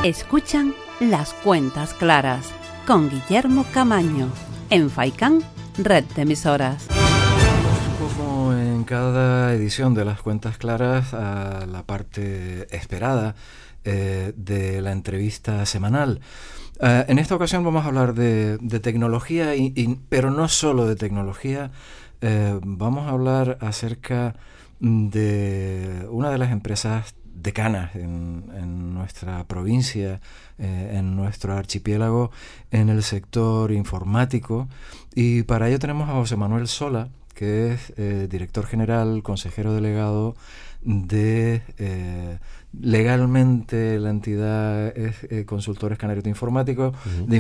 Escuchan Las Cuentas Claras con Guillermo Camaño en Faikán, red de emisoras. Como en cada edición de Las Cuentas Claras, a la parte esperada de la entrevista semanal. En esta ocasión vamos a hablar de tecnología, pero no solo de tecnología. Vamos a hablar acerca de una de las empresas decanas en nuestra provincia, en nuestro archipiélago, en el sector informático. Y para ello tenemos a José Manuel Sola, que es director general, consejero delegado de... legalmente la entidad es Consultores Canarios de Informática,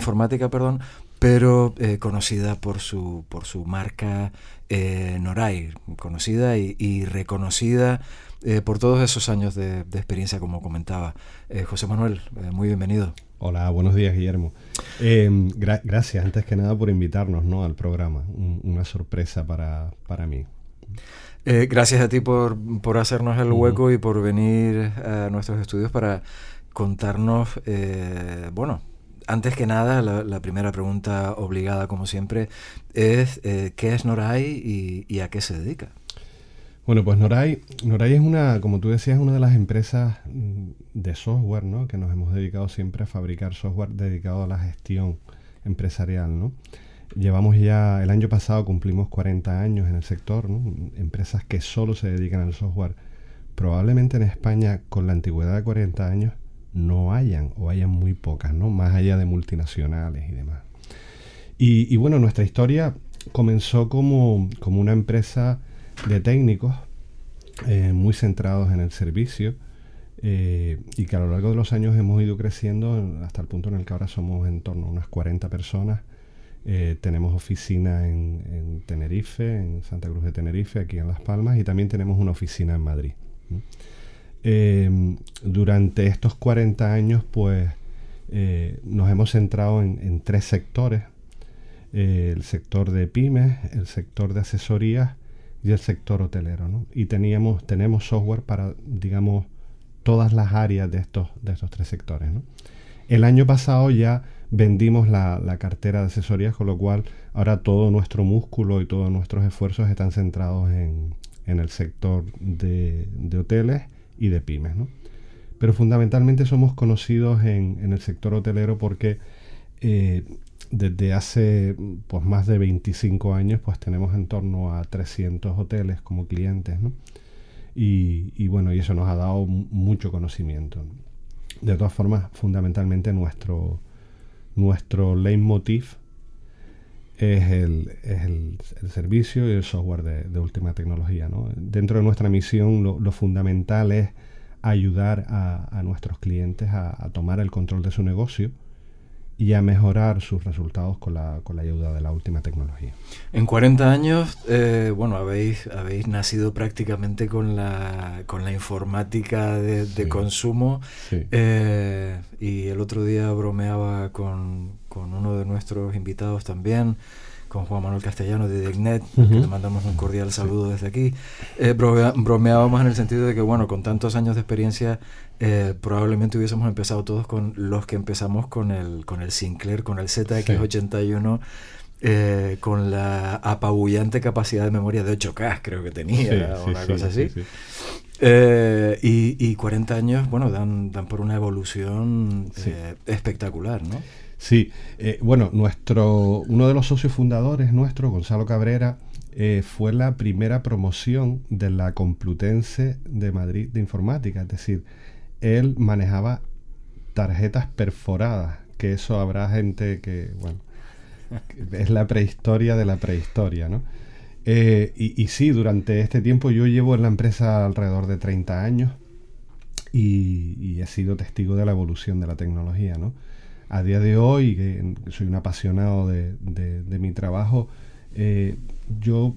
pero conocida por su marca Noray, conocida y reconocida por todos esos años de experiencia, como comentaba. José Manuel, muy bienvenido. Hola, buenos días, Guillermo. Gracias, antes que nada, por invitarnos, ¿no?, al programa. Una sorpresa para mí. Gracias a ti por hacernos el hueco y por venir a nuestros estudios para contarnos, antes que nada, la primera pregunta obligada, como siempre, es ¿qué es Noray y a qué se dedica? Bueno, pues Noray es como tú decías, una de las empresas de software, ¿no?, que nos hemos dedicado siempre a fabricar software dedicado a la gestión empresarial, ¿no? Llevamos ya, el año pasado cumplimos 40 años en el sector, ¿no? Empresas que solo se dedican al software. Probablemente en España, con la antigüedad de 40 años, no hayan muy pocas, ¿no?, más allá de multinacionales y demás. Y bueno, nuestra historia comenzó como una empresa de técnicos muy centrados en el servicio y que a lo largo de los años hemos ido creciendo hasta el punto en el que ahora somos en torno a unas 40 personas. Tenemos oficina en Tenerife, en Santa Cruz de Tenerife, aquí en Las Palmas, y también tenemos una oficina en Madrid. Durante estos 40 años, pues, nos hemos centrado en tres sectores: el sector de pymes, el sector de asesorías y el sector hotelero, ¿no? Y tenemos software para, digamos, todas las áreas de estos tres sectores, ¿no? El año pasado ya vendimos la cartera de asesorías, con lo cual ahora todo nuestro músculo y todos nuestros esfuerzos están centrados en el sector de hoteles y de pymes, ¿no? Pero fundamentalmente somos conocidos en el sector hotelero porque desde hace pues más de 25 años pues tenemos en torno a 300 hoteles como clientes, ¿no? Y bueno, y eso nos ha dado mucho conocimiento. De todas formas, fundamentalmente nuestro leitmotiv es el servicio y el software de última tecnología, ¿no? Dentro de nuestra misión lo fundamental es ayudar a nuestros clientes a tomar el control de su negocio y a mejorar sus resultados con la ayuda de la última tecnología. En 40 años, habéis nacido prácticamente con la informática de consumo. Sí. Y el otro día bromeaba con uno de nuestros invitados también, con Juan Manuel Castellano de Dignet, que le mandamos un cordial saludo desde aquí. Bromeábamos en el sentido de que, bueno, con tantos años de experiencia, probablemente hubiésemos empezado todos con los que empezamos con el Sinclair, con el ZX81, con la apabullante capacidad de memoria de 8K, creo que tenía, una cosa así. Sí. Y 40 años, bueno, dan por una evolución espectacular, ¿no? Sí, bueno, uno de los socios fundadores nuestro, Gonzalo Cabrera, fue la primera promoción de la Complutense de Madrid de informática. Es decir, él manejaba tarjetas perforadas, que eso habrá gente que, bueno, es la prehistoria de la prehistoria, ¿no? Y sí, durante este tiempo yo llevo en la empresa alrededor de 30 años y he sido testigo de la evolución de la tecnología, ¿no? A día de hoy, que soy un apasionado de mi trabajo, yo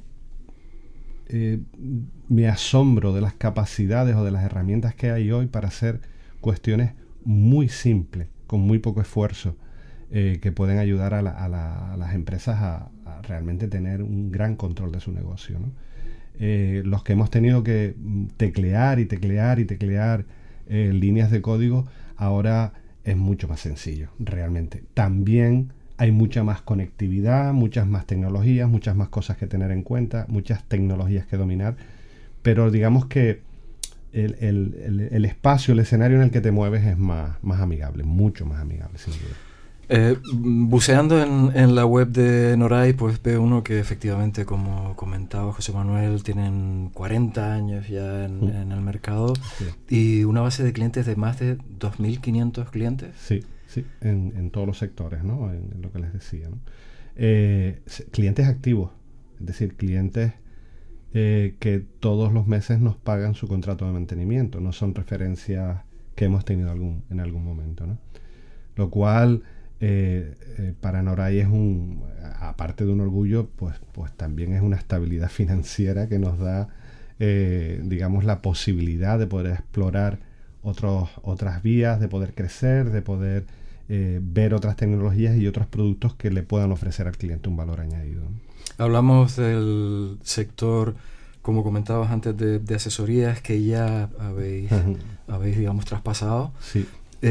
me asombro de las capacidades o de las herramientas que hay hoy para hacer cuestiones muy simples, con muy poco esfuerzo, que pueden ayudar a las empresas a realmente tener un gran control de su negocio, ¿no? Los que hemos tenido que teclear líneas de código, ahora es mucho más sencillo, realmente. También hay mucha más conectividad, muchas más tecnologías, muchas más cosas que tener en cuenta, muchas tecnologías que dominar, pero digamos que el espacio, el escenario en el que te mueves es más amigable, mucho más amigable, sin duda. Buceando en la web de Noray, pues ve uno que efectivamente, como comentaba José Manuel, tienen 40 años ya en el mercado, sí, y una base de clientes de más de 2.500 clientes. Sí, sí, en todos los sectores, ¿no? En lo que les decía, ¿no? Clientes activos, es decir, clientes que todos los meses nos pagan su contrato de mantenimiento, no son referencias que hemos tenido en algún momento, ¿no? Lo cual para Noray es aparte de un orgullo, pues también es una estabilidad financiera que nos da, digamos, la posibilidad de poder explorar otras vías, de poder crecer, de poder ver otras tecnologías y otros productos que le puedan ofrecer al cliente un valor añadido, ¿no? Hablamos del sector, como comentabas antes, de asesorías que ya habéis, digamos, traspasado. Sí.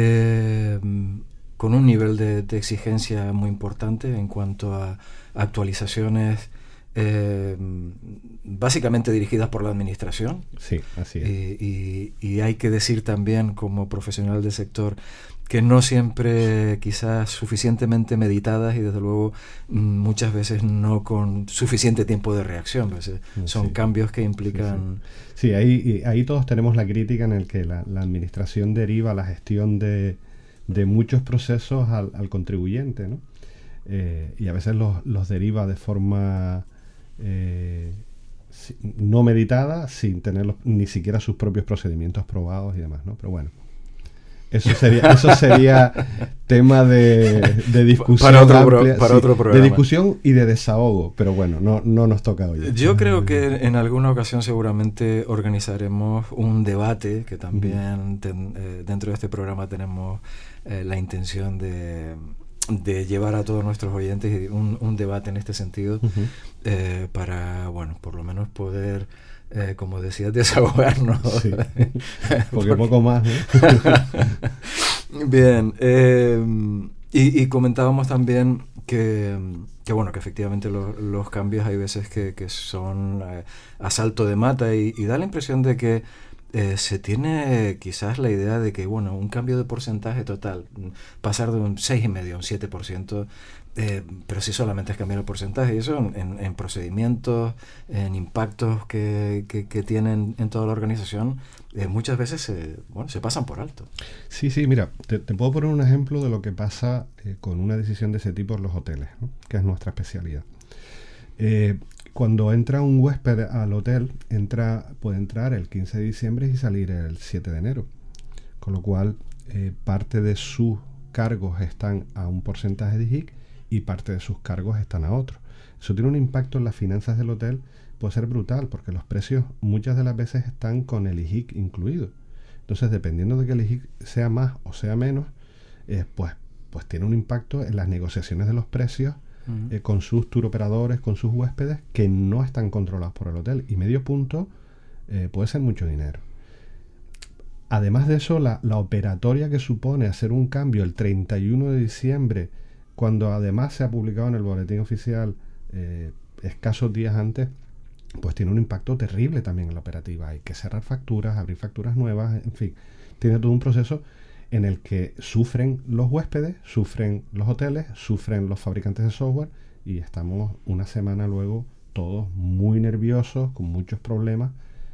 Con un nivel de exigencia muy importante en cuanto a actualizaciones básicamente dirigidas por la administración. Sí, así es. Y hay que decir también, como profesional del sector, que no siempre quizás suficientemente meditadas y desde luego muchas veces no con suficiente tiempo de reacción. Son cambios que implican... Sí, ahí todos tenemos la crítica en el que la administración deriva la gestión de muchos procesos al contribuyente, ¿no? Y a veces los deriva de forma no meditada, sin tener ni siquiera sus propios procedimientos probados y demás, ¿no? Pero bueno, eso sería tema de discusión para programa. otro programa. De discusión y de desahogo, pero bueno, no nos toca hoy. Yo creo que en alguna ocasión seguramente organizaremos un debate, que también dentro de este programa tenemos la intención de llevar a todos nuestros oyentes un debate en este sentido, para, bueno, por lo menos poder, como decías, desahogarnos. Sí. Porque poco más, ¿no? Bien, y comentábamos también que bueno, que efectivamente los cambios hay veces que son a salto de mata y da la impresión de que se tiene quizás la idea de que, bueno, un cambio de porcentaje total, pasar de un 6,5% a un 7%, pero si solamente es cambiar el porcentaje, y eso en procedimientos, en impactos que tienen en toda la organización, muchas veces se pasan por alto. Sí, mira, te puedo poner un ejemplo de lo que pasa con una decisión de ese tipo en los hoteles, ¿no? Que es nuestra especialidad. Cuando entra un huésped al hotel, puede entrar el 15 de diciembre y salir el 7 de enero. Con lo cual, parte de sus cargos están a un porcentaje de IJIC y parte de sus cargos están a otro. Eso tiene un impacto en las finanzas del hotel, puede ser brutal, porque los precios muchas de las veces están con el IJIC incluido. Entonces, dependiendo de que el IJIC sea más o sea menos, pues tiene un impacto en las negociaciones de los precios, con sus tour operadores, con sus huéspedes, que no están controlados por el hotel. Y medio punto puede ser mucho dinero. Además de eso, la operatoria que supone hacer un cambio el 31 de diciembre, cuando además se ha publicado en el boletín oficial escasos días antes, pues tiene un impacto terrible también en la operativa. Hay que cerrar facturas, abrir facturas nuevas, en fin, tiene todo un proceso en el que sufren los huéspedes, sufren los hoteles, sufren los fabricantes de software, y estamos una semana luego todos muy nerviosos, con muchos problemas.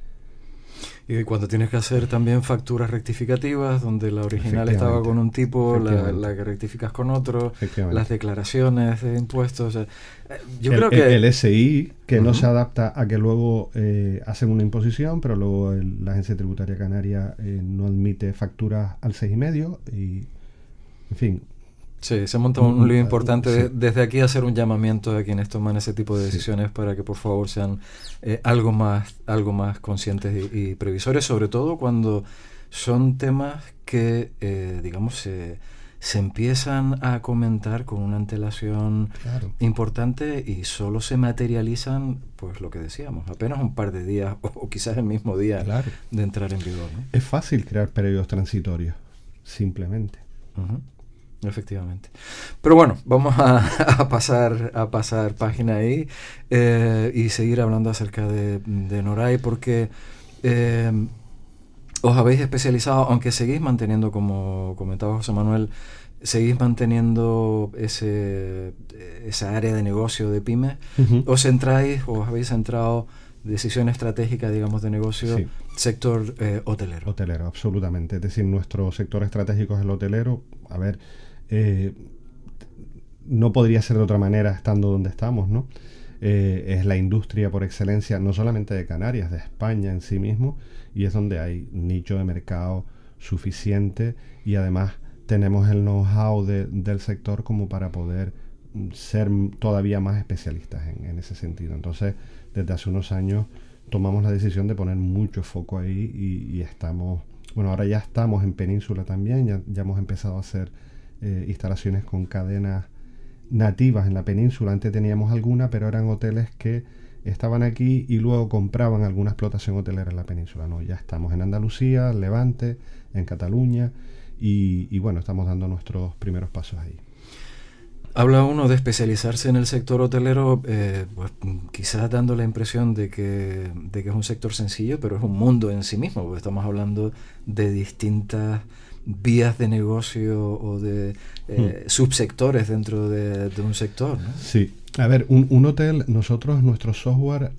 Y cuando tienes que hacer también facturas rectificativas, donde la original estaba con un tipo, la que rectificas con otro, las declaraciones de impuestos. Yo creo que el SI, que no se adapta a que luego hacen una imposición, pero luego la Agencia Tributaria Canaria no admite facturas al 6,5%, y en fin. Sí, se monta un lío importante. Sí. Desde aquí hacer un llamamiento a quienes toman ese tipo de decisiones para que por favor sean algo más conscientes y previsores, sobre todo cuando son temas que, digamos, se empiezan a comentar con una antelación importante y solo se materializan, pues lo que decíamos, apenas un par de días o quizás el mismo día de entrar en vigor, ¿no? Es fácil crear periodos transitorios, simplemente. Efectivamente. Pero bueno, vamos a pasar página ahí y seguir hablando acerca de Noray, porque os habéis especializado, aunque seguís manteniendo, como comentaba José Manuel, seguís manteniendo esa área de negocio de pymes. Os habéis centrado decisión estratégica, digamos, de negocio, sí. Sector hotelero. Hotelero, absolutamente. Es decir, nuestro sector estratégico es el hotelero. A ver, no podría ser de otra manera estando donde estamos, ¿no? Es la industria por excelencia, no solamente de Canarias, de España en sí mismo, y es donde hay nicho de mercado suficiente y además tenemos el know-how del sector como para poder ser todavía más especialistas en ese sentido. Entonces, desde hace unos años tomamos la decisión de poner mucho foco ahí y estamos, bueno, ahora ya estamos en Península también, ya hemos empezado a hacer instalaciones con cadenas nativas en la península. Antes teníamos alguna, pero eran hoteles que estaban aquí y luego compraban alguna explotación hotelera en la península. No, ya estamos en Andalucía, Levante, en Cataluña y bueno, estamos dando nuestros primeros pasos ahí. Habla uno de especializarse en el sector hotelero, pues quizás dando la impresión de que es un sector sencillo, pero es un mundo en sí mismo, porque estamos hablando de distintas vías de negocio o de subsectores dentro de un sector, ¿no? Sí. A ver, un hotel, nuestro software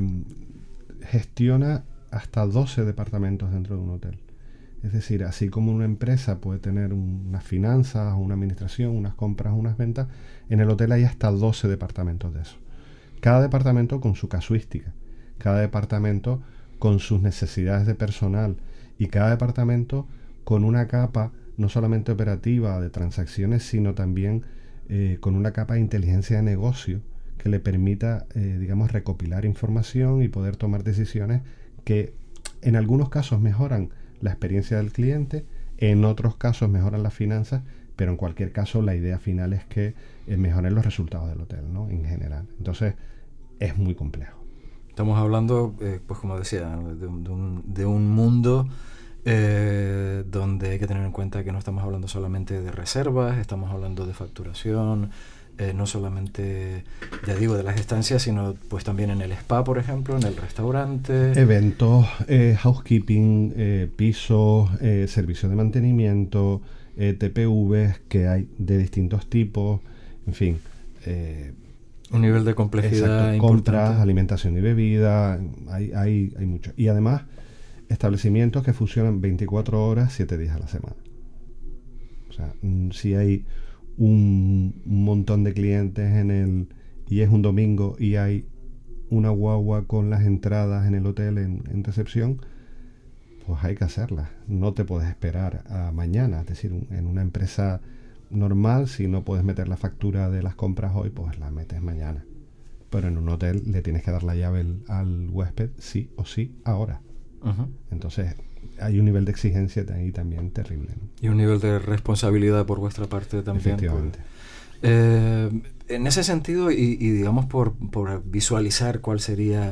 gestiona hasta 12 departamentos dentro de un hotel. Es decir, así como una empresa puede tener unas finanzas, una administración, unas compras, unas ventas, en el hotel hay hasta 12 departamentos de eso. Cada departamento con su casuística, cada departamento con sus necesidades de personal y cada departamento con una capa no solamente operativa de transacciones, sino también con una capa de inteligencia de negocio que le permita, digamos, recopilar información y poder tomar decisiones que en algunos casos mejoran la experiencia del cliente, en otros casos mejoran las finanzas, pero en cualquier caso la idea final es que mejoren los resultados del hotel, ¿no? En general. Entonces es muy complejo. Estamos hablando, pues como decía, de un mundo donde hay que tener en cuenta que no estamos hablando solamente de reservas, estamos hablando de facturación, no solamente, ya digo, de las estancias, sino pues también en el spa, por ejemplo, en el restaurante. Eventos, housekeeping, pisos, servicios de mantenimiento, TPVs que hay de distintos tipos, en fin. Un nivel de complejidad importante. Compras, alimentación y bebida, hay mucho. Y además, establecimientos que funcionan 24 horas, 7 días a la semana. O sea, si hay un montón de clientes y es un domingo y hay una guagua con las entradas en el hotel en recepción, pues hay que hacerlas. No te puedes esperar a mañana. Es decir, en una empresa normal, si no puedes meter la factura de las compras hoy, pues la metes mañana. Pero en un hotel le tienes que dar la llave al huésped sí o sí ahora. Entonces hay un nivel de exigencia ahí también terrible, ¿no? Y un nivel de responsabilidad por vuestra parte también. Efectivamente. En ese sentido, y digamos por visualizar cuál sería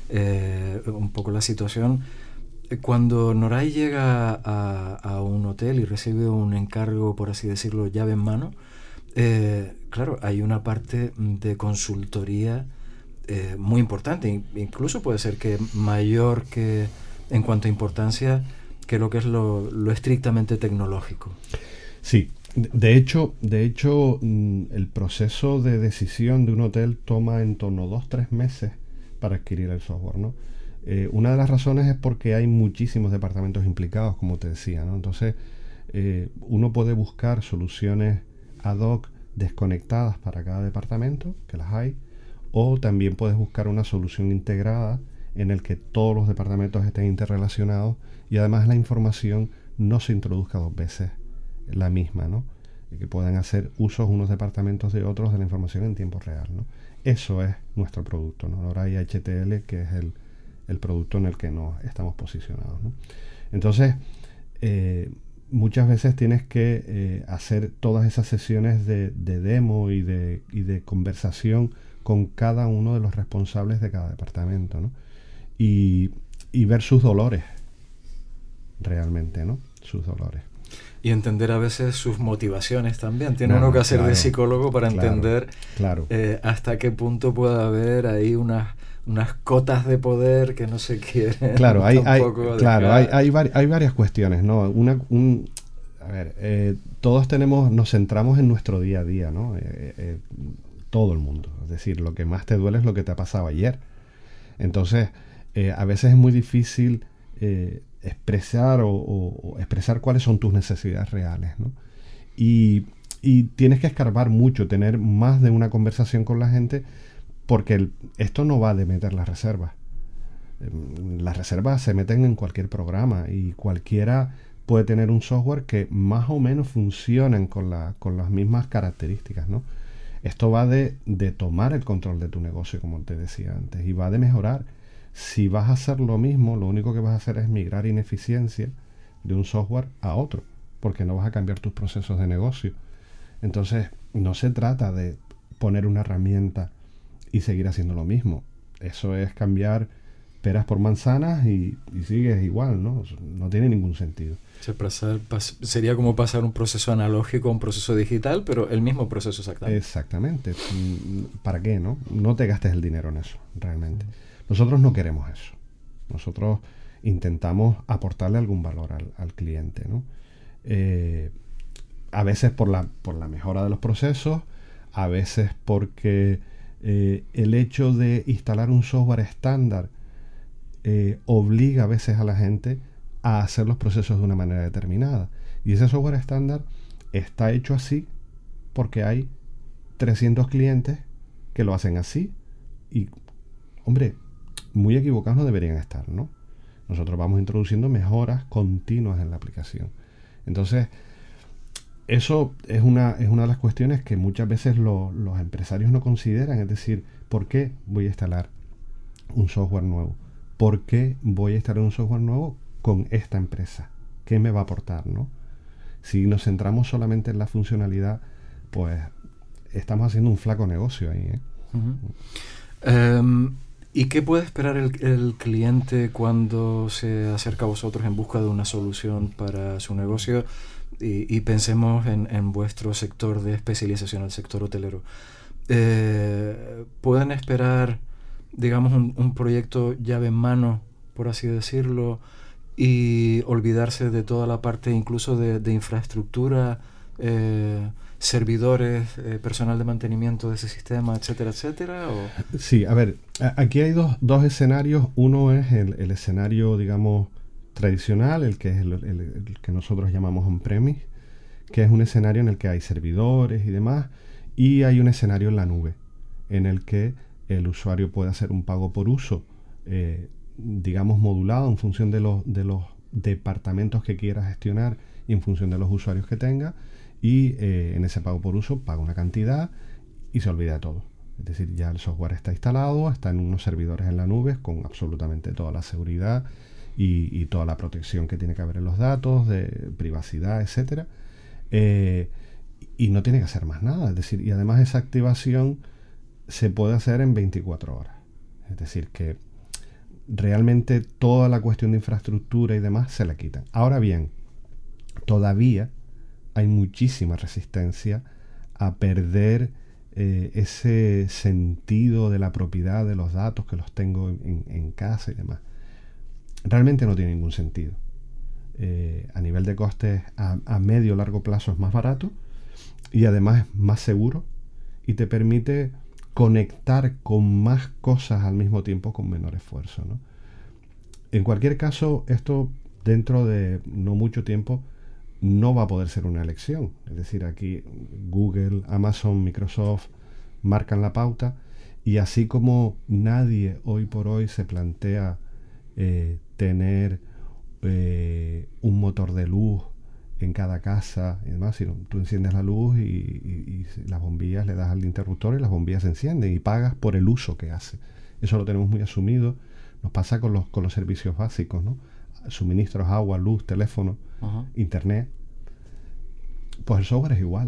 un poco la situación, cuando Noray llega a un hotel y recibe un encargo, por así decirlo, llave en mano, claro, hay una parte de consultoría muy importante, incluso puede ser que mayor que en cuanto a importancia que lo que es lo estrictamente tecnológico. Sí, de hecho, el proceso de decisión de un hotel toma en torno a 2-3 meses para adquirir el software, ¿no? Una de las razones es porque hay muchísimos departamentos implicados, como te decía, ¿no? Entonces, uno puede buscar soluciones ad hoc desconectadas para cada departamento, que las hay, o también puedes buscar una solución integrada en el que todos los departamentos estén interrelacionados y además la información no se introduzca 2 veces la misma, ¿no? Y que puedan hacer usos unos departamentos de otros de la información en tiempo real, ¿no? Eso es nuestro producto, ¿no? Ahora hay HTL, que es el producto en el que nos estamos posicionados, ¿no? Entonces, muchas veces tienes que hacer todas esas sesiones de demo y de conversación con cada uno de los responsables de cada departamento, ¿no? Y ver sus dolores realmente, ¿no? Sus dolores. Y entender a veces sus motivaciones también. Tiene uno que hacer de psicólogo para entender hasta qué punto puede haber ahí unas cotas de poder que no se quieren. Claro, hay varias cuestiones, ¿no? Todos nos centramos en nuestro día a día, ¿no? Todo el mundo. Es decir, lo que más te duele es lo que te ha pasado ayer. Entonces, a veces es muy difícil expresar o expresar cuáles son tus necesidades reales, ¿no? Y tienes que escarbar mucho, tener más de una conversación con la gente, porque esto no va de meter las reservas. Las reservas se meten en cualquier programa y cualquiera puede tener un software que más o menos funcionen con las mismas características, ¿no? Esto va de tomar el control de tu negocio, como te decía antes, y va de mejorar. Si vas a hacer lo mismo, lo único que vas a hacer es migrar ineficiencia de un software a otro, porque no vas a cambiar tus procesos de negocio. Entonces, no se trata de poner una herramienta y seguir haciendo lo mismo. Eso es cambiar peras por manzanas y sigues igual, ¿no? No tiene ningún sentido. Sería como pasar un proceso analógico a un proceso digital, pero el mismo proceso exactamente. Exactamente. ¿Para qué, no? No te gastes el dinero en eso, realmente. Nosotros no queremos eso. Nosotros intentamos aportarle algún valor al cliente, ¿no? A veces por la mejora de los procesos, a veces porque el hecho de instalar un software estándar obliga a veces a la gente a hacer los procesos de una manera determinada. Y ese software estándar está hecho así porque hay 300 clientes que lo hacen así. Y, hombre, muy equivocados no deberían estar, ¿no? Nosotros vamos introduciendo mejoras continuas en la aplicación. Entonces, eso es una de las cuestiones que muchas veces los empresarios no consideran. Es decir, ¿por qué voy a instalar un software nuevo? ¿Por qué voy a instalar un software nuevo con esta empresa? ¿Qué me va a aportar, no? Si nos centramos solamente en la funcionalidad, pues estamos haciendo un flaco negocio ahí, ¿eh? Uh-huh. ¿Y qué puede esperar el cliente cuando se acerca a vosotros en busca de una solución para su negocio? Y pensemos en vuestro sector de especialización, el sector hotelero. ¿Pueden esperar, digamos, un proyecto llave en mano, por así decirlo, y olvidarse de toda la parte incluso de infraestructura, servidores, personal de mantenimiento de ese sistema, etcétera, etcétera? ¿O? Sí, a ver, aquí hay dos escenarios. Uno es el escenario, digamos, tradicional, el que es el que nosotros llamamos on-premise, que es un escenario en el que hay servidores y demás, y hay un escenario en la nube, en el que el usuario puede hacer un pago por uso, digamos, modulado en función de los departamentos que quiera gestionar y en función de los usuarios que tenga, y en ese pago por uso paga una cantidad y se olvida de todo. Es decir, ya el software está instalado, está en unos servidores en la nube con absolutamente toda la seguridad y toda la protección que tiene que haber en los datos, de privacidad, etcétera, y no tiene que hacer más nada. Es decir, y además esa activación se puede hacer en 24 horas. Es decir, que realmente toda la cuestión de infraestructura y demás se la quitan. Ahora bien, todavía hay muchísima resistencia a perder ese sentido de la propiedad de los datos, que los tengo en casa y demás. Realmente no tiene ningún sentido. A nivel de costes, a medio o largo plazo es más barato y además es más seguro y te permite conectar con más cosas al mismo tiempo con menor esfuerzo, ¿no? En cualquier caso, esto dentro de no mucho tiempo no va a poder ser una elección. Es decir, aquí Google, Amazon, Microsoft marcan la pauta, y así como nadie hoy por hoy se plantea tener un motor de luz en cada casa y demás, sino tú enciendes la luz y las bombillas, le das al interruptor y las bombillas se encienden y pagas por el uso que hace. Eso lo tenemos muy asumido. Nos pasa con los servicios básicos, ¿no? Suministros, agua, luz, teléfono, uh-huh, internet. Pues el software es igual.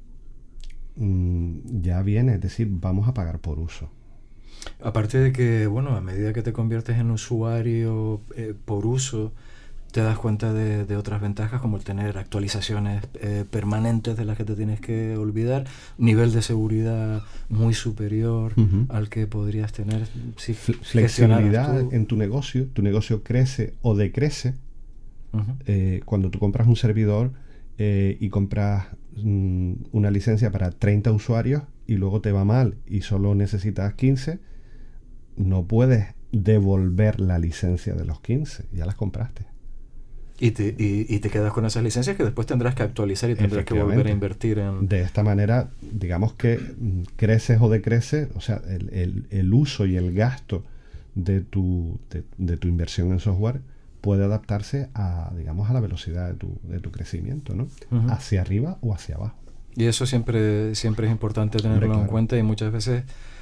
Ya viene, es decir, vamos a pagar por uso. Aparte de que, bueno, a medida que te conviertes en usuario por uso, te das cuenta de otras ventajas, como el tener actualizaciones permanentes de las que te tienes que olvidar, nivel de seguridad muy superior al que podrías tener si flexibilidad en tu negocio crece o decrece. Cuando tú compras un servidor y compras una licencia para 30 usuarios y luego te va mal y solo necesitas 15, no puedes devolver la licencia de los 15, ya las compraste. Y te quedas con esas licencias que después tendrás que actualizar y tendrás que volver a invertir en... De esta manera, digamos que creces o decreces, o sea, el uso y el gasto de tu inversión en software puede adaptarse a, digamos, a la velocidad de tu crecimiento, ¿no? Hacia arriba o hacia abajo. Y eso siempre es importante tenerlo en cuenta, y muchas veces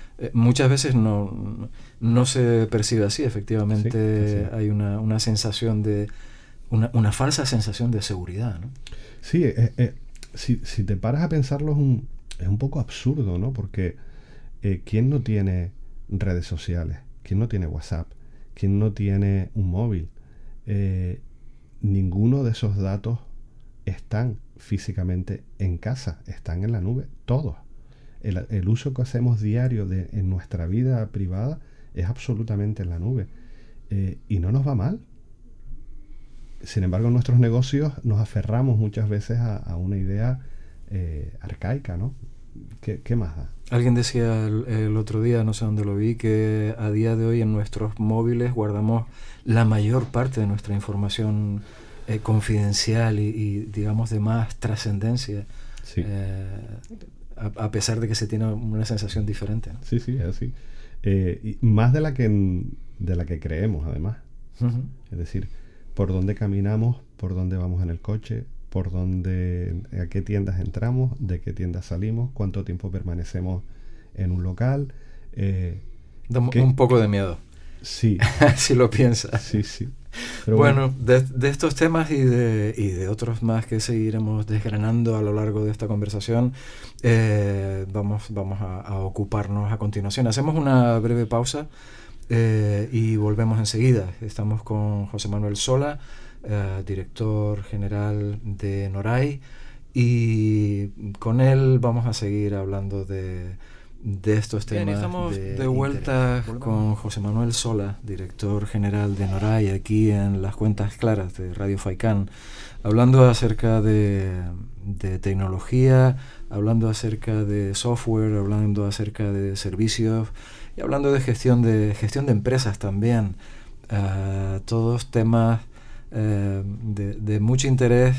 no se percibe así. Efectivamente, sí. Hay una sensación de... Una falsa sensación de seguridad, ¿no? Sí, si te paras a pensarlo es un poco absurdo, ¿no? Porque ¿quién no tiene redes sociales? ¿Quién no tiene WhatsApp? ¿Quién no tiene un móvil? Ninguno de esos datos están físicamente en casa, están en la nube, todos. El uso que hacemos diario en nuestra vida privada es absolutamente en la nube. Y no nos va mal. Sin embargo, en nuestros negocios nos aferramos muchas veces a una idea arcaica, ¿no? ¿Qué más da? Alguien decía el otro día, no sé dónde lo vi, que a día de hoy en nuestros móviles guardamos la mayor parte de nuestra información confidencial y digamos de más trascendencia, sí. A pesar de que se tiene una sensación diferente, ¿no? Sí, es así. Y más de la que creemos, además. Es decir, por dónde caminamos, por dónde vamos en el coche, a qué tiendas entramos, de qué tiendas salimos, cuánto tiempo permanecemos en un local. Da un poco de miedo. Sí. Si lo piensas. Sí. Pero bueno, de estos temas y de otros más que seguiremos desgranando a lo largo de esta conversación, vamos a ocuparnos a continuación. Hacemos una breve pausa. Y volvemos enseguida. Estamos con José Manuel Sola, director general de Noray, y con él vamos a seguir hablando de estos temas. Bien, estamos de vuelta con José Manuel Sola, director general de Noray, aquí en Las Cuentas Claras de Radio Faikán, hablando acerca de tecnología, hablando acerca de software, hablando acerca de servicios y hablando de gestión de empresas también. Todos temas de mucho interés.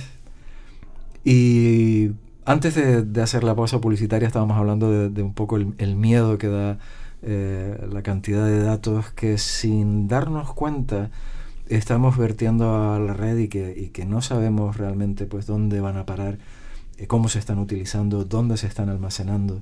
Y antes de hacer la pausa publicitaria estábamos hablando de un poco el miedo que da la cantidad de datos que sin darnos cuenta estamos vertiendo a la red y que no sabemos realmente pues dónde van a parar, cómo se están utilizando, dónde se están almacenando.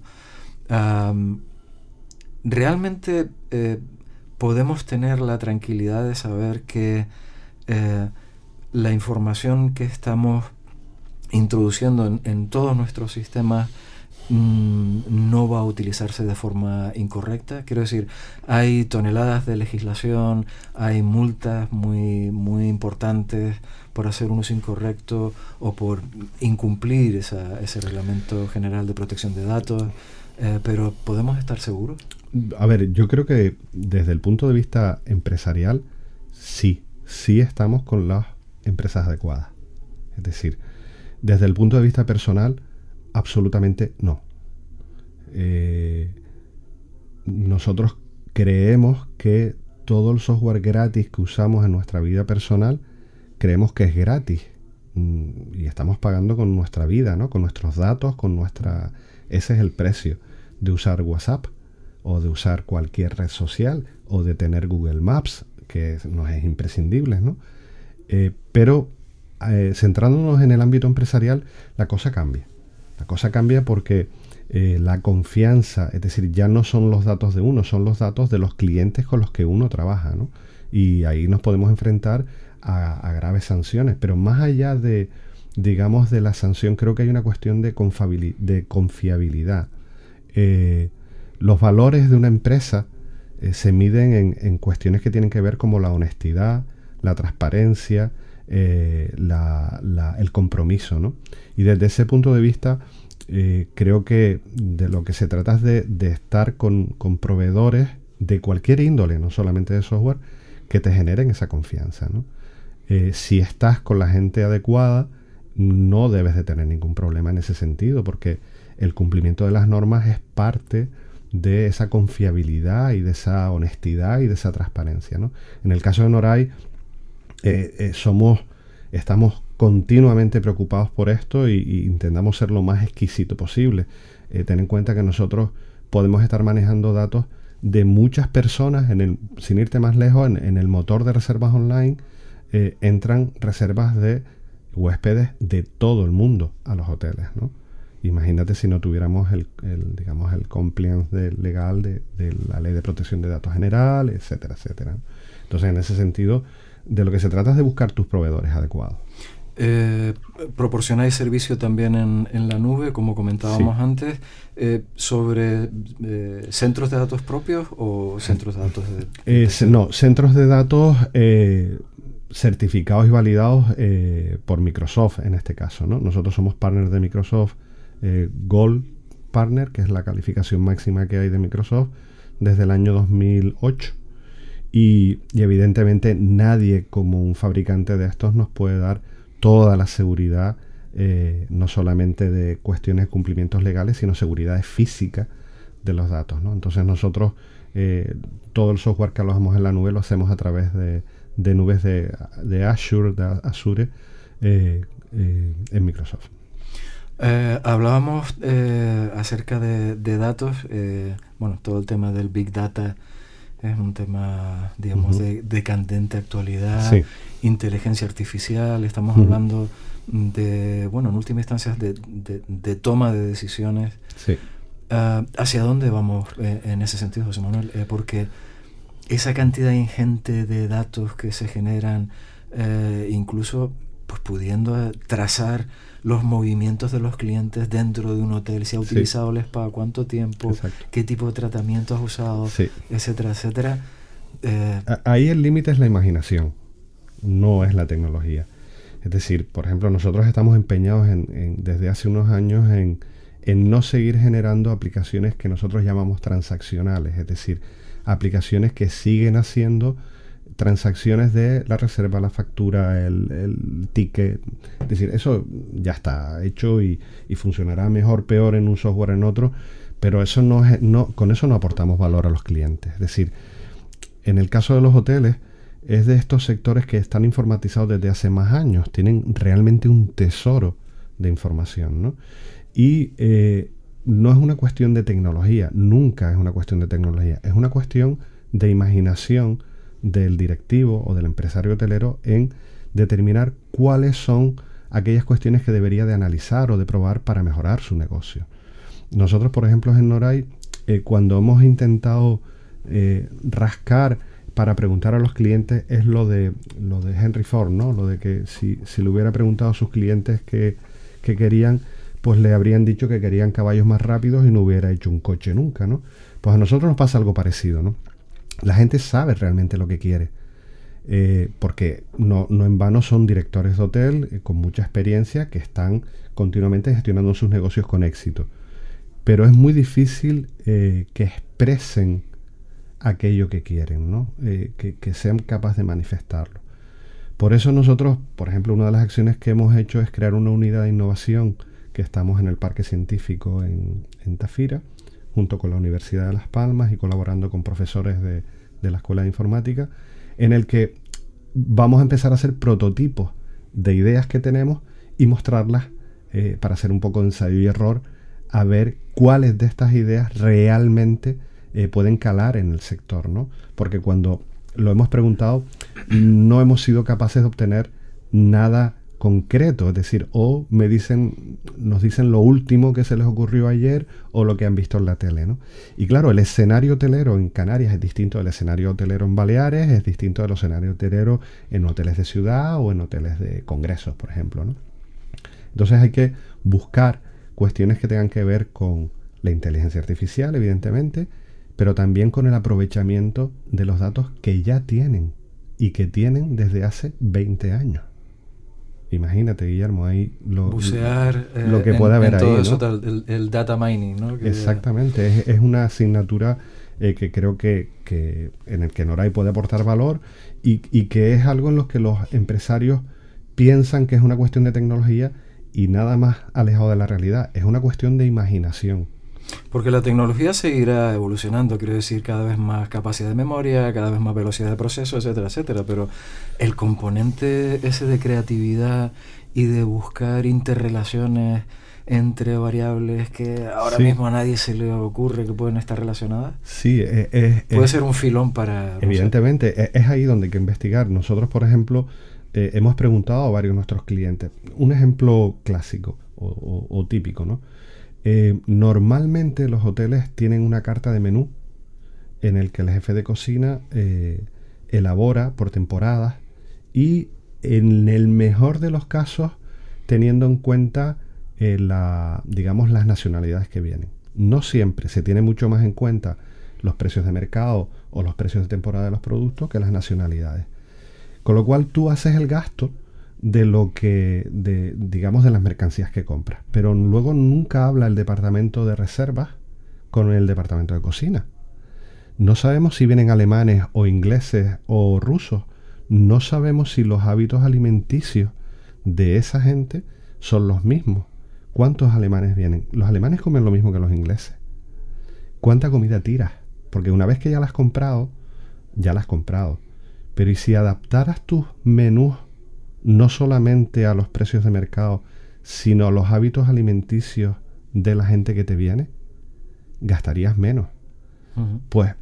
Realmente podemos tener la tranquilidad de saber que la información que estamos introduciendo en todos nuestros sistemas no va a utilizarse de forma incorrecta. Quiero decir, hay toneladas de legislación, hay multas muy, muy importantes por hacer un uso incorrecto o por incumplir ese Reglamento General de Protección de Datos, pero ¿podemos estar seguros? A ver, yo creo que desde el punto de vista empresarial, sí estamos con las empresas adecuadas. Es decir, desde el punto de vista personal, absolutamente no. Nosotros creemos que todo el software gratis que usamos en nuestra vida personal, creemos que es gratis. Y estamos pagando con nuestra vida, ¿no? Con nuestros datos, ese es el precio de usar WhatsApp, o de usar cualquier red social, o de tener Google Maps, que nos es imprescindible, ¿no? Pero centrándonos en el ámbito empresarial, la cosa cambia. La cosa cambia porque la confianza, es decir, ya no son los datos de uno, son los datos de los clientes con los que uno trabaja, ¿no? Y ahí nos podemos enfrentar a graves sanciones. Pero más allá de la sanción, creo que hay una cuestión de confiabilidad. Los valores de una empresa se miden en cuestiones que tienen que ver como la honestidad, la transparencia, el compromiso, ¿no? Y desde ese punto de vista, creo que de lo que se trata es de estar con proveedores de cualquier índole, no solamente de software, que te generen esa confianza, ¿no? Si estás con la gente adecuada, no debes de tener ningún problema en ese sentido, porque el cumplimiento de las normas es parte de esa confiabilidad y de esa honestidad y de esa transparencia, ¿no? En el caso de Noray, estamos continuamente preocupados por esto y intentamos ser lo más exquisito posible. Ten en cuenta que nosotros podemos estar manejando datos de muchas personas, sin irte más lejos, en el motor de reservas online entran reservas de huéspedes de todo el mundo a los hoteles, ¿no? Imagínate si no tuviéramos el compliance legal de la Ley de Protección de Datos General, etcétera, etcétera. Entonces, en ese sentido, de lo que se trata es de buscar tus proveedores adecuados. Proporcionáis servicio también en la nube, como comentábamos antes, sobre centros de datos propios o centros de datos no, centros de datos certificados y validados por Microsoft en este caso, ¿no? Nosotros somos partners de Microsoft, Gold Partner, que es la calificación máxima que hay de Microsoft desde el año 2008. Y evidentemente nadie como un fabricante de estos nos puede dar toda la seguridad, no solamente de cuestiones de cumplimientos legales, sino seguridad física de los datos, ¿no? Entonces nosotros todo el software que alojamos en la nube lo hacemos a través de nubes de Azure en Microsoft. Hablábamos acerca de datos, todo el tema del Big Data es un tema, digamos, de candente actualidad, sí. Inteligencia artificial, estamos hablando de, en última instancia, de toma de decisiones. Sí. ¿Hacia dónde vamos en ese sentido, José Manuel? Porque esa cantidad ingente de datos que se generan, incluso pues pudiendo trazar los movimientos de los clientes dentro de un hotel, si ha utilizado el spa, cuánto tiempo, exacto, qué tipo de tratamiento has usado, etcétera, etcétera. Ahí el límite es la imaginación, no es la tecnología. Es decir, por ejemplo, nosotros estamos empeñados desde hace unos años en no seguir generando aplicaciones que nosotros llamamos transaccionales, es decir, aplicaciones que siguen haciendo transacciones de la reserva, la factura, el ticket. Es decir, eso ya está hecho y funcionará mejor, peor en un software, en otro, pero eso con eso no aportamos valor a los clientes. Es decir, en el caso de los hoteles, es de estos sectores que están informatizados desde hace más años, tienen realmente un tesoro de información, ¿no? Y no es una cuestión de tecnología, nunca es una cuestión de tecnología, es una cuestión de imaginación del directivo o del empresario hotelero en determinar cuáles son aquellas cuestiones que debería de analizar o de probar para mejorar su negocio. Nosotros, por ejemplo, en Noray, cuando hemos intentado rascar para preguntar a los clientes, es lo de Henry Ford, ¿no? Lo de que si le hubiera preguntado a sus clientes qué querían, pues le habrían dicho que querían caballos más rápidos y no hubiera hecho un coche nunca, ¿no? Pues a nosotros nos pasa algo parecido, ¿no? La gente sabe realmente lo que quiere, porque no en vano son directores de hotel con mucha experiencia que están continuamente gestionando sus negocios con éxito. Pero es muy difícil que expresen aquello que quieren, ¿no? Que sean capaces de manifestarlo. Por eso nosotros, por ejemplo, una de las acciones que hemos hecho es crear una unidad de innovación que estamos en el Parque Científico en Tafira, junto con la Universidad de Las Palmas y colaborando con profesores de la Escuela de Informática, en el que vamos a empezar a hacer prototipos de ideas que tenemos y mostrarlas para hacer un poco de ensayo y error, a ver cuáles de estas ideas realmente pueden calar en el sector, ¿no? Porque cuando lo hemos preguntado, no hemos sido capaces de obtener nada concreto, es decir, o nos dicen lo último que se les ocurrió ayer o lo que han visto en la tele, ¿no? Y claro, el escenario hotelero en Canarias es distinto del escenario hotelero en Baleares, es distinto del escenario hotelero en hoteles de ciudad o en hoteles de congresos, por ejemplo, ¿no? Entonces hay que buscar cuestiones que tengan que ver con la inteligencia artificial, evidentemente, pero también con el aprovechamiento de los datos que ya tienen y que tienen desde hace 20 años. Imagínate, Guillermo, ahí bucear lo que puede haber en todo ahí, eso, ¿no? el data mining, ¿no? Exactamente, es una asignatura que creo que en el que Noray puede aportar valor y que es algo en lo que los empresarios piensan que es una cuestión de tecnología y nada más alejado de la realidad. Es una cuestión de imaginación. Porque la tecnología seguirá evolucionando, quiero decir, cada vez más capacidad de memoria, cada vez más velocidad de proceso, etcétera, etcétera. Pero el componente ese de creatividad y de buscar interrelaciones entre variables que ahora mismo a nadie se le ocurre que pueden estar relacionadas. Sí, puede ser un filón para... Evidentemente, es ahí donde hay que investigar. Nosotros, por ejemplo, hemos preguntado a varios de nuestros clientes. Un ejemplo clásico o típico, ¿no? Normalmente los hoteles tienen una carta de menú en el que el jefe de cocina elabora por temporadas y en el mejor de los casos teniendo en cuenta digamos las nacionalidades que vienen. No siempre, se tiene mucho más en cuenta los precios de mercado o los precios de temporada de los productos que las nacionalidades. Con lo cual tú haces el gasto de digamos, de las mercancías que compras. Pero luego nunca habla el departamento de reservas con el departamento de cocina. No sabemos si vienen alemanes o ingleses o rusos. No sabemos si los hábitos alimenticios de esa gente son los mismos. ¿Cuántos alemanes vienen? Los alemanes comen lo mismo que los ingleses. ¿Cuánta comida tiras? Porque una vez que ya la has comprado, ya la has comprado. Pero ¿y si adaptaras tus menús no solamente a los precios de mercado, sino a los hábitos alimenticios de la gente que te viene? Gastarías menos. Uh-huh. Pues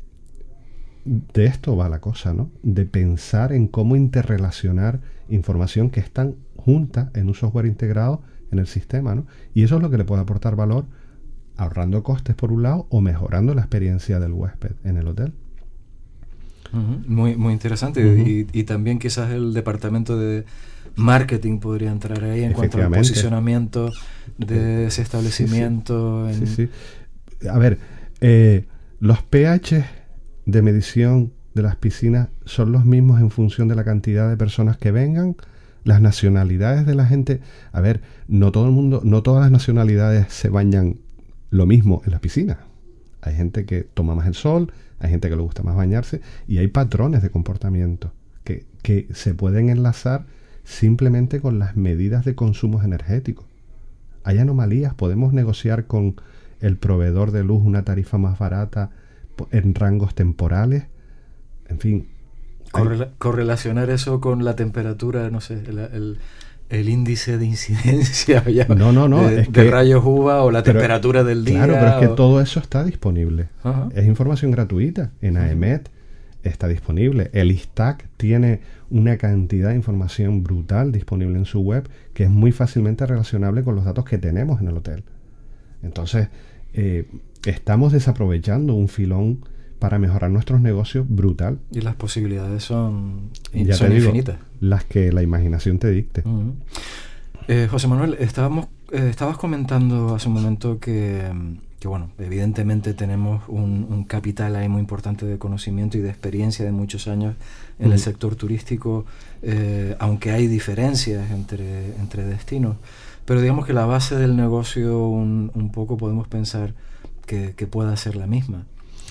de esto va la cosa, ¿no? De pensar en cómo interrelacionar información que están juntas en un software integrado en el sistema, ¿no? Y eso es lo que le puede aportar valor, ahorrando costes por un lado o mejorando la experiencia del huésped en el hotel. Uh-huh. Muy, muy interesante. Uh-huh. Y también quizás el departamento de marketing podría entrar ahí en cuanto al posicionamiento de ese establecimiento. Sí. A ver, los pH de medición de las piscinas son los mismos en función de la cantidad de personas que vengan, las nacionalidades de la gente. A ver, no todas las nacionalidades se bañan lo mismo en las piscinas. Hay gente que toma más el sol, hay gente que le gusta más bañarse y hay patrones de comportamiento que se pueden enlazar simplemente con las medidas de consumos energéticos. Hay anomalías, podemos negociar con el proveedor de luz una tarifa más barata en rangos temporales, en fin. Correlacionar eso con la temperatura, no sé, el índice de incidencia ya de rayos UVA o la temperatura del día. Claro, pero es que todo eso está disponible. Uh-huh. Es información gratuita. En AEMET está disponible. El ISTAC tiene una cantidad de información brutal disponible en su web que es muy fácilmente relacionable con los datos que tenemos en el hotel. Entonces, estamos desaprovechando un filón para mejorar nuestros negocios brutal. Y las posibilidades son infinitas. Las que la imaginación te dicte. Uh-huh. José Manuel, estabas comentando hace un momento que bueno, evidentemente tenemos un capital ahí muy importante de conocimiento y de experiencia de muchos años en el sector turístico, aunque hay diferencias entre destinos. Pero digamos que la base del negocio un poco podemos pensar que pueda ser la misma.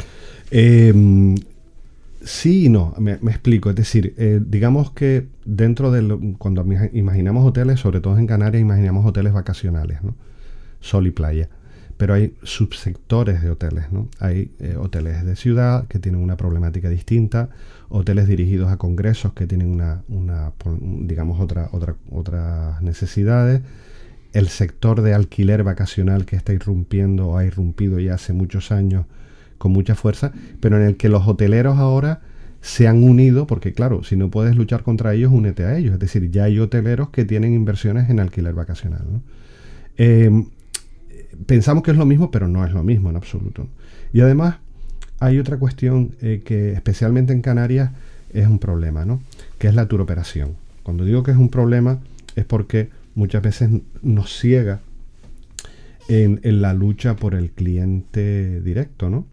Sí y no, me explico. Es decir, digamos que dentro cuando imaginamos hoteles, sobre todo en Canarias, imaginamos hoteles vacacionales, ¿no? Sol y playa. Pero hay subsectores de hoteles, ¿no? Hay hoteles de ciudad que tienen una problemática distinta, hoteles dirigidos a congresos que tienen digamos otras necesidades. El sector de alquiler vacacional que está irrumpiendo o ha irrumpido ya hace muchos años con mucha fuerza, pero en el que los hoteleros ahora se han unido, porque claro, si no puedes luchar contra ellos, únete a ellos. Es decir, ya hay hoteleros que tienen inversiones en alquiler vacacional, ¿no? Pensamos que es lo mismo, pero no es lo mismo en absoluto. Y además hay otra cuestión que especialmente en Canarias es un problema, ¿no? Que es la turoperación. Cuando digo que es un problema es porque muchas veces nos ciega en la lucha por el cliente directo, ¿no?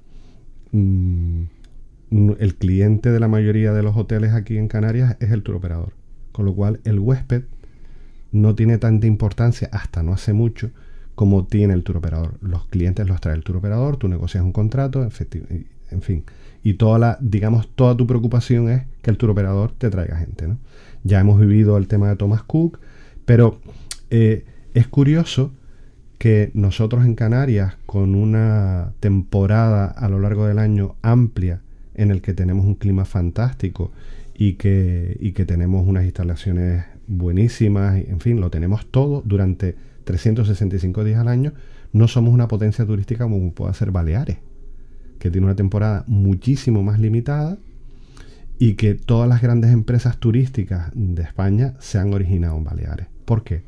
El cliente de la mayoría de los hoteles aquí en Canarias es el turoperador, con lo cual el huésped no tiene tanta importancia hasta no hace mucho como tiene el tour operador. Los clientes los trae el tour operador, tú negocias un contrato, en fin. Y toda tu preocupación es que el tour operador te traiga gente, ¿no? Ya hemos vivido el tema de Thomas Cook, pero es curioso que nosotros en Canarias, con una temporada a lo largo del año amplia, en el que tenemos un clima fantástico y que tenemos unas instalaciones buenísimas, en fin, lo tenemos todo durante 365 días al año, no somos una potencia turística como puede ser Baleares, que tiene una temporada muchísimo más limitada y que todas las grandes empresas turísticas de España se han originado en Baleares. ¿Por qué?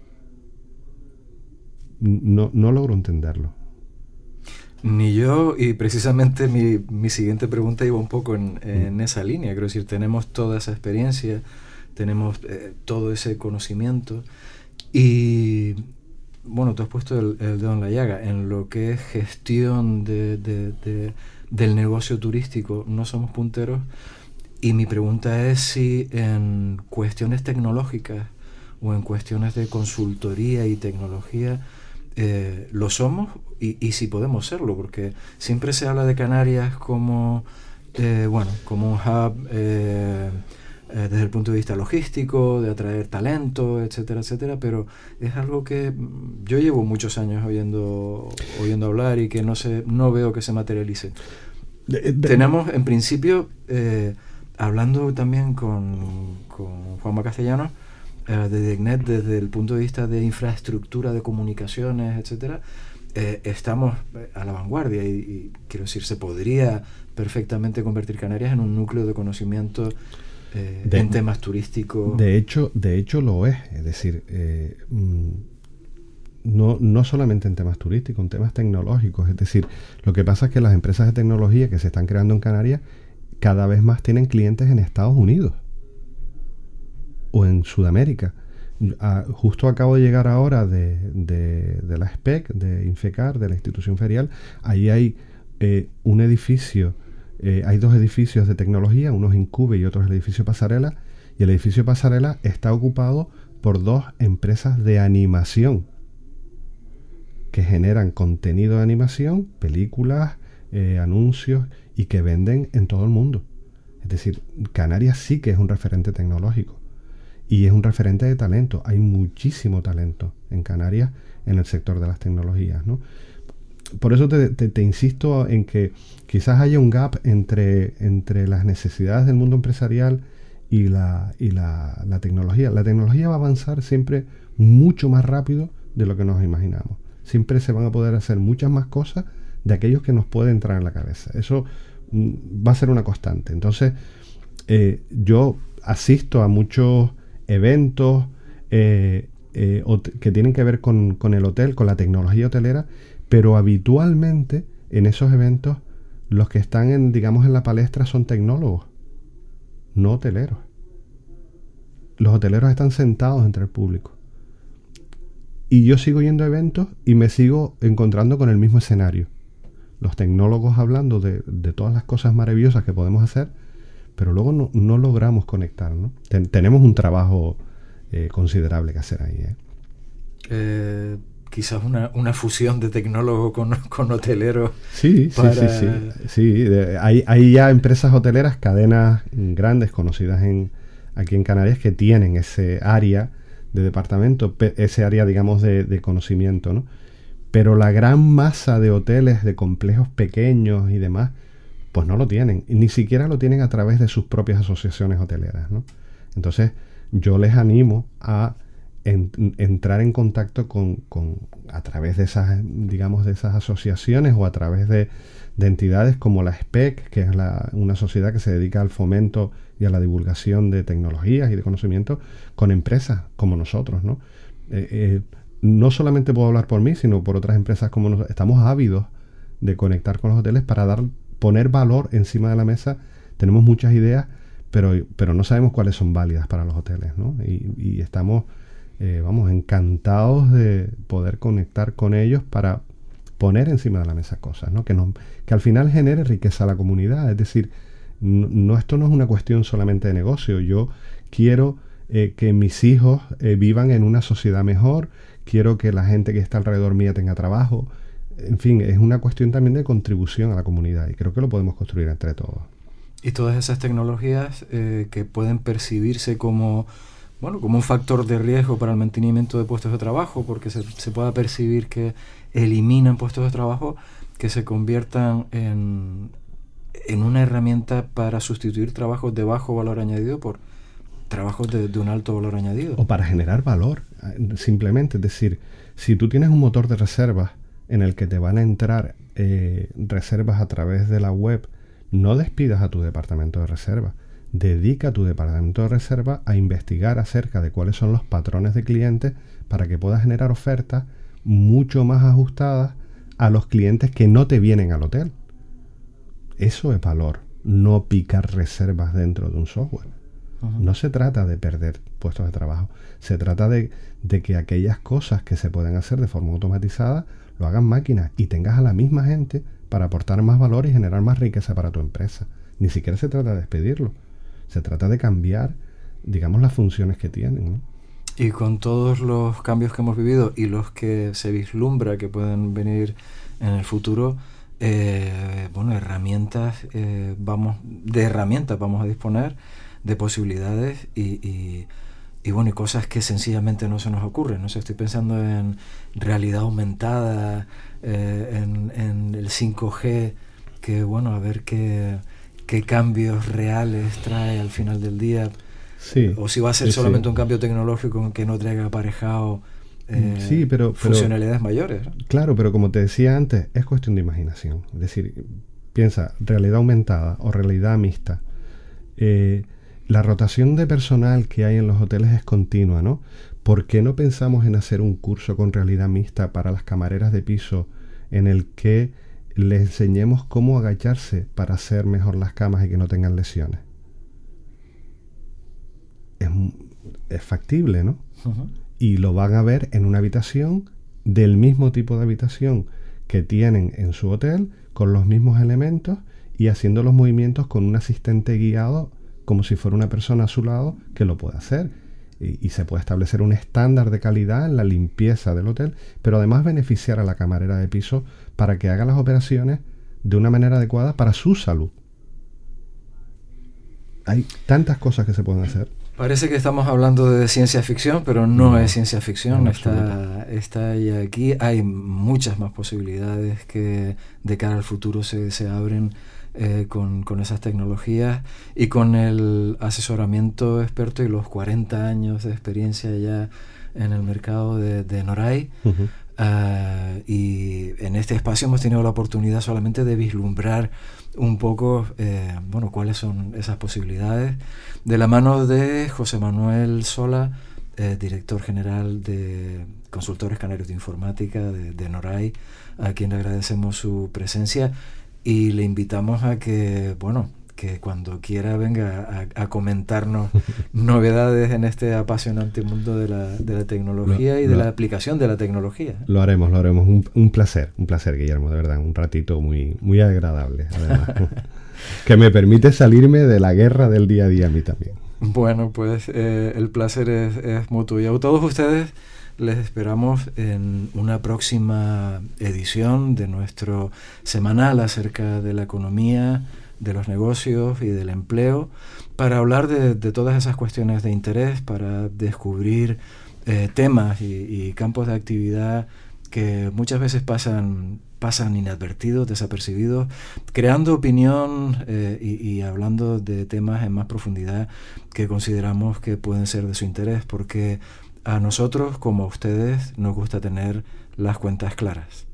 No logro entenderlo. Ni yo, y precisamente mi siguiente pregunta iba un poco en esa línea. Quiero decir, tenemos toda esa experiencia, tenemos todo ese conocimiento y, bueno, tú has puesto el dedo en la llaga. En lo que es gestión del negocio turístico no somos punteros, y mi pregunta es si en cuestiones tecnológicas o en cuestiones de consultoría y tecnología lo somos, y si podemos serlo, porque siempre se habla de Canarias como como un hub desde el punto de vista logístico, de atraer talento, etcétera, etcétera, pero es algo que yo llevo muchos años oyendo hablar y que no veo que se materialice. Tenemos, en principio, hablando también con Juanma Castellanos, de DICNET, desde el punto de vista de infraestructura de comunicaciones, etcétera, estamos a la vanguardia y quiero decir, se podría perfectamente convertir Canarias en un núcleo de conocimiento en temas turísticos. De hecho lo es. Es decir, no solamente en temas turísticos, en temas tecnológicos. Es decir, lo que pasa es que las empresas de tecnología que se están creando en Canarias cada vez más tienen clientes en Estados Unidos o en Sudamérica. Justo acabo de llegar ahora de la SPEC, de Infecar, de la institución ferial. Ahí hay un edificio, hay dos edificios de tecnología, uno es Incube y otro es el edificio Pasarela, y el edificio Pasarela está ocupado por dos empresas de animación que generan contenido de animación, películas, anuncios, y que venden en todo el mundo. Es decir, Canarias sí que es un referente tecnológico y es un referente de talento. Hay muchísimo talento en Canarias en el sector de las tecnologías, ¿no? Por eso te insisto en que quizás haya un gap entre las necesidades del mundo empresarial y la tecnología. La tecnología va a avanzar siempre mucho más rápido de lo que nos imaginamos. Siempre se van a poder hacer muchas más cosas de aquellos que nos puede entrar en la cabeza. Eso va a ser una constante. Entonces, yo asisto a muchos eventos que tienen que ver con el hotel, con la tecnología hotelera, pero habitualmente en esos eventos los que están en la palestra son tecnólogos, no hoteleros. Los hoteleros están sentados entre el público. Y yo sigo yendo a eventos y me sigo encontrando con el mismo escenario. Los tecnólogos hablando de todas las cosas maravillosas que podemos hacer, pero luego no logramos conectar, ¿no? Tenemos un trabajo considerable que hacer ahí. Quizás una fusión de tecnólogos con hoteleros. Sí. Hay ya empresas hoteleras, cadenas grandes conocidas aquí en Canarias, que tienen ese área de departamento, ese área, digamos, de conocimiento, ¿no? Pero la gran masa de hoteles, de complejos pequeños y demás, pues no lo tienen. Y ni siquiera lo tienen a través de sus propias asociaciones hoteleras, ¿no? Entonces, yo les animo a entrar en contacto a través de esas, digamos, de esas asociaciones, o a través de entidades como la SPEC, que es una sociedad que se dedica al fomento y a la divulgación de tecnologías y de conocimiento, con empresas como nosotros, ¿no? No solamente puedo hablar por mí, sino por otras empresas como nosotros. Estamos ávidos de conectar con los hoteles para poner valor encima de la mesa. Tenemos muchas ideas, pero no sabemos cuáles son válidas para los hoteles, ¿no? Y estamos, encantados de poder conectar con ellos para poner encima de la mesa cosas, ¿no? Que al final genere riqueza a la comunidad. Es decir, esto no es una cuestión solamente de negocio. Yo quiero que mis hijos vivan en una sociedad mejor, quiero que la gente que está alrededor mía tenga trabajo. En fin, es una cuestión también de contribución a la comunidad y creo que lo podemos construir entre todos. Y todas esas tecnologías que pueden percibirse como un factor de riesgo para el mantenimiento de puestos de trabajo, porque se pueda percibir que eliminan puestos de trabajo, que se conviertan en una herramienta para sustituir trabajos de bajo valor añadido por trabajos de un alto valor añadido. O para generar valor, simplemente. Es decir, si tú tienes un motor de reservas en el que te van a entrar reservas a través de la web, no despidas a tu departamento de reserva. Dedica a tu departamento de reserva a investigar acerca de cuáles son los patrones de clientes para que puedas generar ofertas mucho más ajustadas a los clientes que no te vienen al hotel. Eso es valor, no picar reservas dentro de un software. Uh-huh. No se trata de perder puestos de trabajo, se trata de que aquellas cosas que se pueden hacer de forma automatizada lo hagan máquinas y tengas a la misma gente para aportar más valor y generar más riqueza para tu empresa. Ni siquiera se trata de despedirlo, se trata de cambiar, digamos, las funciones que tienen, ¿no? Y con todos los cambios que hemos vivido y los que se vislumbra que pueden venir en el futuro, herramientas vamos a disponer, de posibilidades y cosas que sencillamente no se nos ocurren. No sé, estoy pensando en realidad aumentada, en el 5G, que a ver qué cambios reales trae al final del día. Sí, o si va a ser solamente un cambio tecnológico que no traiga aparejado funcionalidades mayores, ¿no? Claro, pero como te decía antes, es cuestión de imaginación. Es decir, piensa, realidad aumentada o realidad mixta. La rotación de personal que hay en los hoteles es continua, ¿no? ¿Por qué no pensamos en hacer un curso con realidad mixta para las camareras de piso en el que les enseñemos cómo agacharse para hacer mejor las camas y que no tengan lesiones? Es factible, ¿no? Uh-huh. Y lo van a ver en una habitación del mismo tipo de habitación que tienen en su hotel, con los mismos elementos y haciendo los movimientos con un asistente guiado como si fuera una persona a su lado que lo puede hacer. Y se puede establecer un estándar de calidad en la limpieza del hotel, pero además beneficiar a la camarera de piso para que haga las operaciones de una manera adecuada para su salud. Hay tantas cosas que se pueden hacer. Parece que estamos hablando de ciencia ficción, pero no es ciencia ficción, está ya aquí. Hay muchas más posibilidades que de cara al futuro se abren con esas tecnologías y con el asesoramiento experto y los 40 años de experiencia ya en el mercado de Noray. Uh-huh. Y en este espacio hemos tenido la oportunidad solamente de vislumbrar un poco cuáles son esas posibilidades, de la mano de José Manuel Sola, director general de Consultores Canarios de Informática de Noray, a quien le agradecemos su presencia y le invitamos a que cuando quiera venga a comentarnos novedades en este apasionante mundo de la tecnología de la aplicación de la tecnología. Lo haremos. Un placer, Guillermo, de verdad. Un ratito muy, muy agradable, además. Que me permite salirme de la guerra del día a día a mí también. Bueno, pues el placer es mutuo. Y a todos ustedes les esperamos en una próxima edición de nuestro semanal acerca de la economía, de los negocios y del empleo, para hablar de todas esas cuestiones de interés, para descubrir temas y campos de actividad que muchas veces pasan inadvertidos, desapercibidos, creando opinión y hablando de temas en más profundidad que consideramos que pueden ser de su interés, porque a nosotros, como a ustedes, nos gusta tener las cuentas claras.